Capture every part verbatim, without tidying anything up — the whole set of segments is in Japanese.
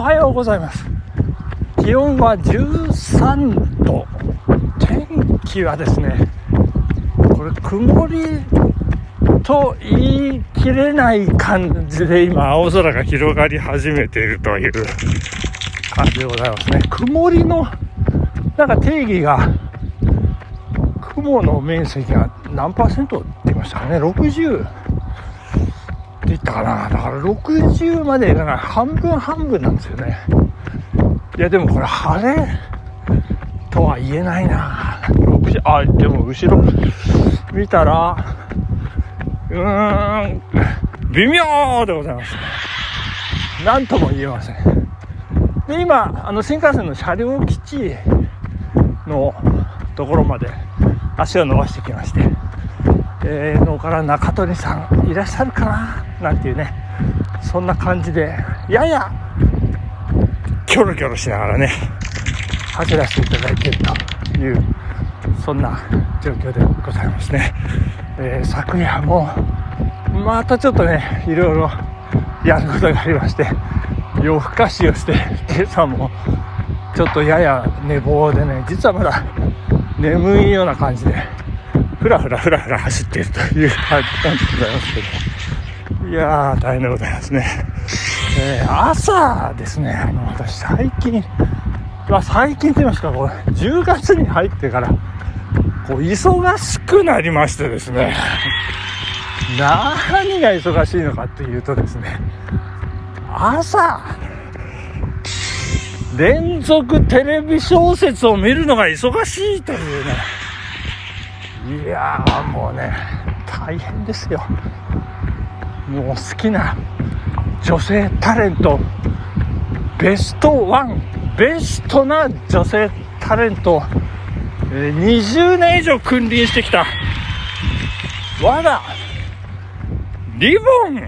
はようございます。気温はじゅうさんど、天気はですね、これ曇りと言い切れない感じで今青空が広がり始めているという感じでございますね。曇りのなんか定義が、雲の面積が何パーセントって言いましたかね。ろくじゅうって言ったかな。だからろくじゅうまでいかない、半分半分なんですよね。いやでもこれ晴れとは言えないな。ろくじゅう、あ、でも後ろ見たらうーん微妙でございます。なんとも言えません。で今あの新幹線の車両基地のところまで足を伸ばしてきまして、えー、のから中鳥さんいらっしゃるかななんていうね、そんな感じでややキョロキョロしながらね走らせていただいているという、そんな状況でございますね。えー、昨夜もまたちょっとねいろいろやることがありまして、夜更かしをして今朝もちょっとやや寝坊でね、実はまだ眠いような感じでふらふらふらふら走っているという感じでございますけど、いやー大変でございますね。えー、朝ですね、あの私最近、まあ、最近と言いますか、これじゅうがつに入ってからこう忙しくなりましてですね、何が忙しいのかっていうとですね、朝連続テレビ小説を見るのが忙しいというね、いやーもうね大変ですよ。もう好きな女性タレントベストワン、ベストな女性タレント、えー、にじゅうねん以上君臨してきた我がリボン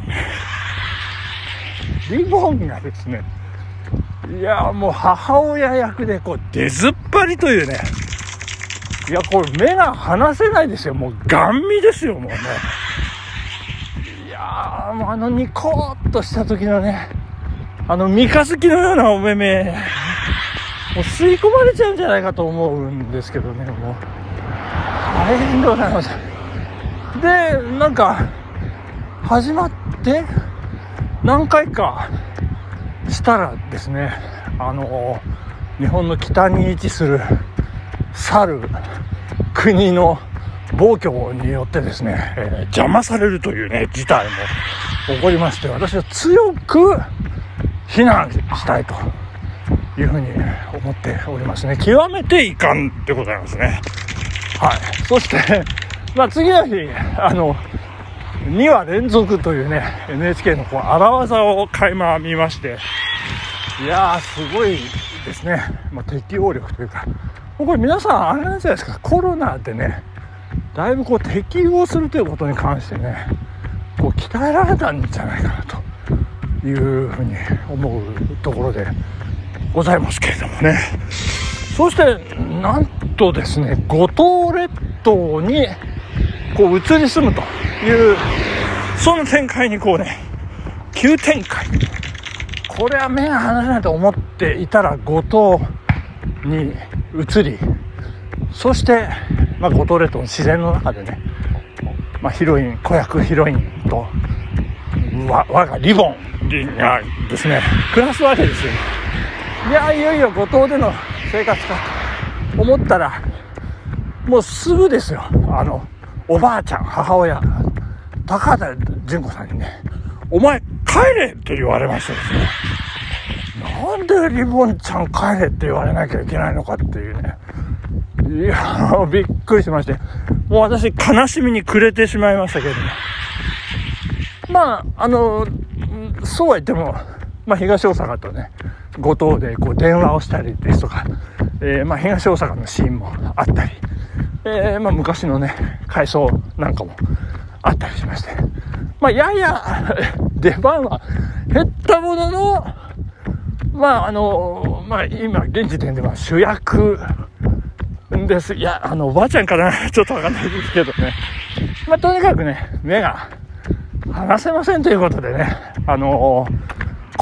リボンがですね、いやもう母親役でこう出ずっぱりというね、いやこれ目が離せないですよ。もうガン見ですよもうね。いやもうあのニコーっとした時のね、あの三日月のようなお目目、もう吸い込まれちゃうんじゃないかと思うんですけどね、もう大変でございます。でなんか始まって何回かしたらですね、あの日本の北に位置する去る国の暴挙によってですね、えー、邪魔されるというね事態も起こりまして、私は強く非難したいというふうに思っておりますね。極めて遺憾でございますね。はい。そしてまあ次の日あのにわ連続というね エヌエイチケー のこう荒技を垣間見まして、いやーすごいですね。まあ、適応力というか、これ皆さんあれなんじゃないですか、コロナでねだいぶこう適応するということに関してねこう鍛えられたんじゃないかなというふうに思うところでございますけれどもね。そしてなんとですね、五島列島にこう移り住むというその展開にこうね急展開、これは目が離せないと思っていたら五島に移り、そして、まあ、五島列島の自然の中でね、まあ、ヒロイン子役ヒロインとわ我がリボンがですね暮らすわけですよ。いやいよいよ五島での生活かと思ったら、もうすぐですよ、あのおばあちゃん母親高畑純子さんにね、お前帰れって言われましたですね。なんでリボンちゃん帰れって言われなきゃいけないのかっていうね、いやびっくりしまして、もう私悲しみに暮れてしまいましたけれども、まああのそうは言っても、まあ、東大阪とね五島でこう電話をしたりですとか、えー、まあ東大阪のシーンもあったり、えー、まあ昔のね回想なんかもあったりしまして、まあやや出番は減ったものの、まああのまあ今現時点では主役です。いやあのおばあちゃんかなちょっとわかんないですけどね、まあとにかくね目が離せませんということでね、あの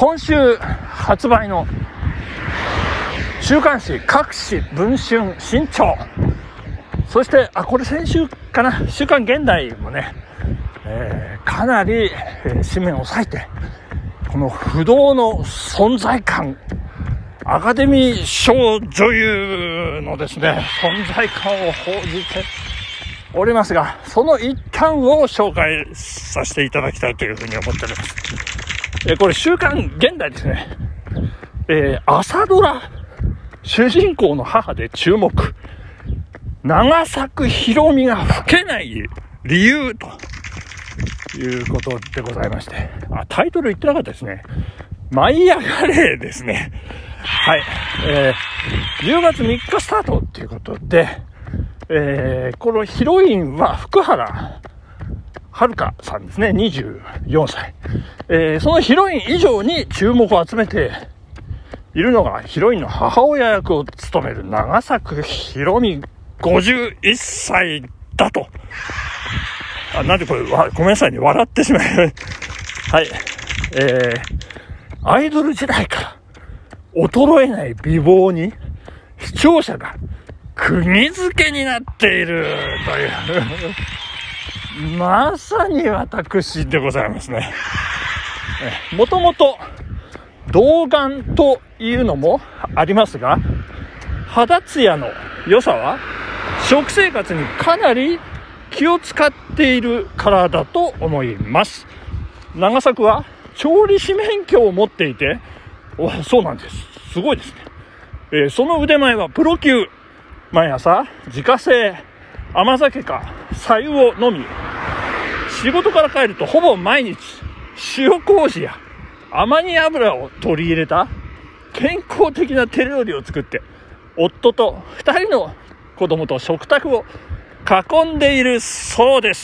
今週発売の週刊誌各紙文春新潮、そしてあこれ先週かな、週刊現代もね、えー、かなり、えー、紙面を割いてこの不動の存在感、アカデミー賞女優のですね存在感を報じておりますが、その一端を紹介させていただきたいというふうに思っております。えー、これ週刊現代ですね。えー、朝ドラ主人公の母で注目、長作ひろみが老けない理由ということでございまして、あタイトル言ってなかったですね。舞い上がれですね。はい、えー、じゅうがつみっかスタートということで、えー、このヒロインは福原遥さんですね。にじゅうよんさい、えー、そのヒロイン以上に注目を集めているのがヒロインの母親役を務める長作ひろみごじゅういっさいだと。あ、なんでこれわごめんなさいね、笑ってしまいはい、えー、アイドル時代から衰えない美貌に視聴者が釘付けになっているというまさに私でございますね。もともと童顔というのもありますが、肌ツヤの良さは食生活にかなり気を使っているからだと思います。長作は調理師免許を持っていて、おそうなんです、すごいですね。えー、その腕前はプロ級。毎朝自家製甘酒か白湯を飲み、仕事から帰るとほぼ毎日塩麹やアマニ油を取り入れた健康的な手料理を作って、夫とふたりの子供と食卓を囲んでいるそうです。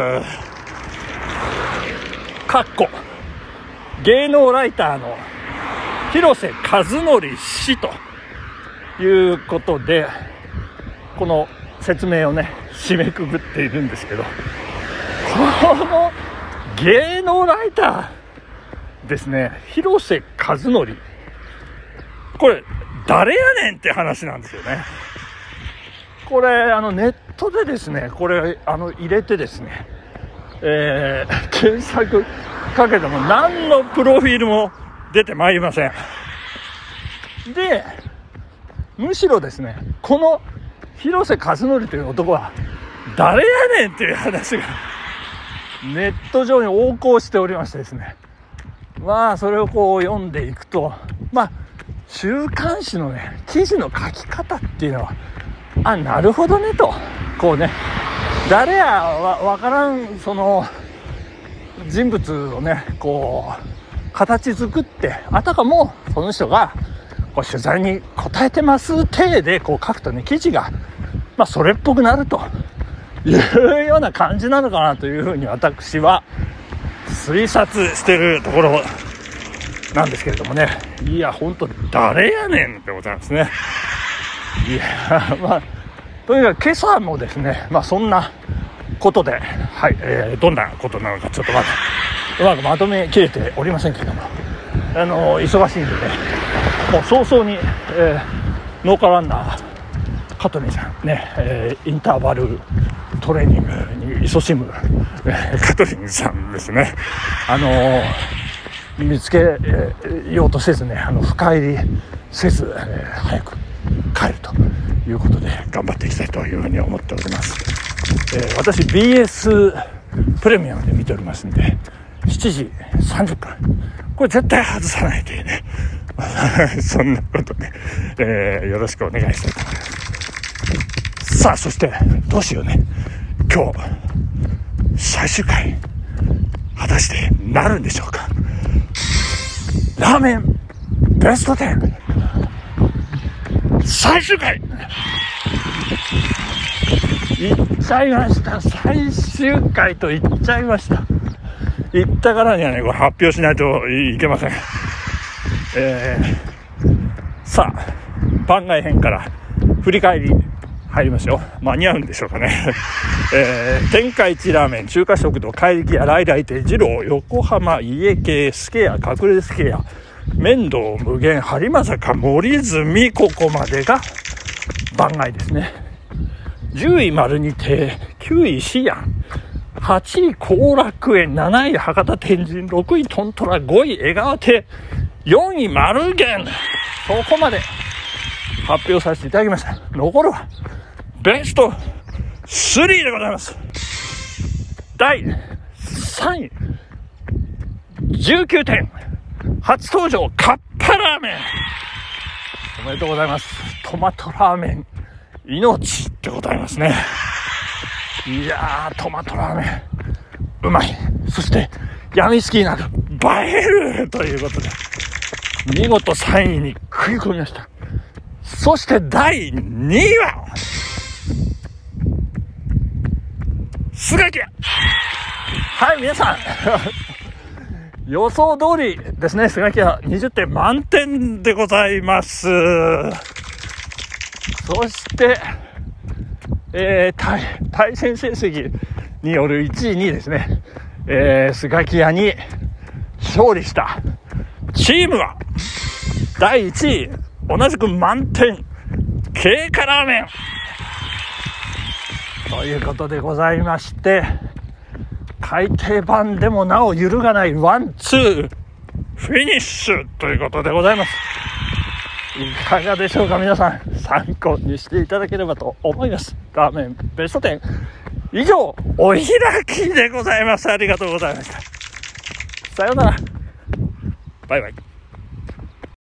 かっこ芸能ライターの広瀬和則氏ということで、この説明をね締めくくっているんですけど、この芸能ライターですね、広瀬和則、これ誰やねんって話なんですよね。これあのネットでですね、これあの入れてですね、えー、検索かけても何のプロフィールも出てまいりません。でむしろですね、この広瀬和則という男は誰やねんっていう話がネット上に横行しておりましてですね、まあそれをこう読んでいくと、まあ週刊誌のね記事の書き方っていうのは、あなるほどねと、こうね誰やわわからんその人物をねこう形作って、あたかもその人がこう取材に答えてます体でこう書くとね、記事がまあそれっぽくなるというような感じなのかなというふうに私は推察しているところなんですけれどもね。いや本当誰やねんってことなんですね。いやまあとにかく今朝もですね、まあそんなことで、はい、えー、どんなことなのかちょっとまだうまくまとめきれておりませんけれども、あの忙しいんでね、もう早々に、えー、農家ランナー香取さんね、えー、インターバルトレーニングに勤しむ、えー、香取さんですね、あのー、見つけ、えー、ようとせずね、あの深入りせず、えー、早く帰るということで頑張っていきたいというふうに思っております。えー、私 ビーエス プレミアムで見ておりますんで、しちじさんじゅっぷんこれ絶対外さないというねそんなことね、えー、よろしくお願いしたいと思います。さあそしてどうしようね、今日最終回果たしてなるんでしょうか。ラーメンベストじゅう最終回いっちゃいました。最終回と言っちゃいました。言ったからにはね、これ発表しないといけません。えー、さあ番外編から振り返り入りますよ。間に合うんでしょうかねえー、天下一ラーメン、中華食堂、怪力屋、来来亭、二郎、横浜、家系、助屋、隠れ助屋、面倒無限、播磨坂、森住、ここまでが番外ですね。じゅうい丸二亭、きゅうい思案、はちい後楽園、なない博多天神、ろくいトントラ、ごい江川亭、よんい丸源、そこまで発表させていただきました。残るはベストスリーでございます。だいさんい、じゅうきゅうてん、初登場カッパラーメン、おめでとうございます。トマトラーメン命でございますね。いやー、トマトラーメンうまい。そしてやみつきになる、映えるということで見事さんいに食い込みました。そしてだいにいはスガキ屋。はい、皆さん予想通りですね。スガキ屋にじゅってん満点でございます。そして、えー、対, 対戦成績によるいちいにいですね、えー、スガキ屋に勝利したチームはだいいちい、同じく満点経過ラーメンということでございまして、改訂版でもなお揺るがないワンツーフィニッシュということでございます。いかがでしょうか、皆さん参考にしていただければと思います。ラーメンベストテン以上お開きでございます。ありがとうございました。さようなら、バイバイ。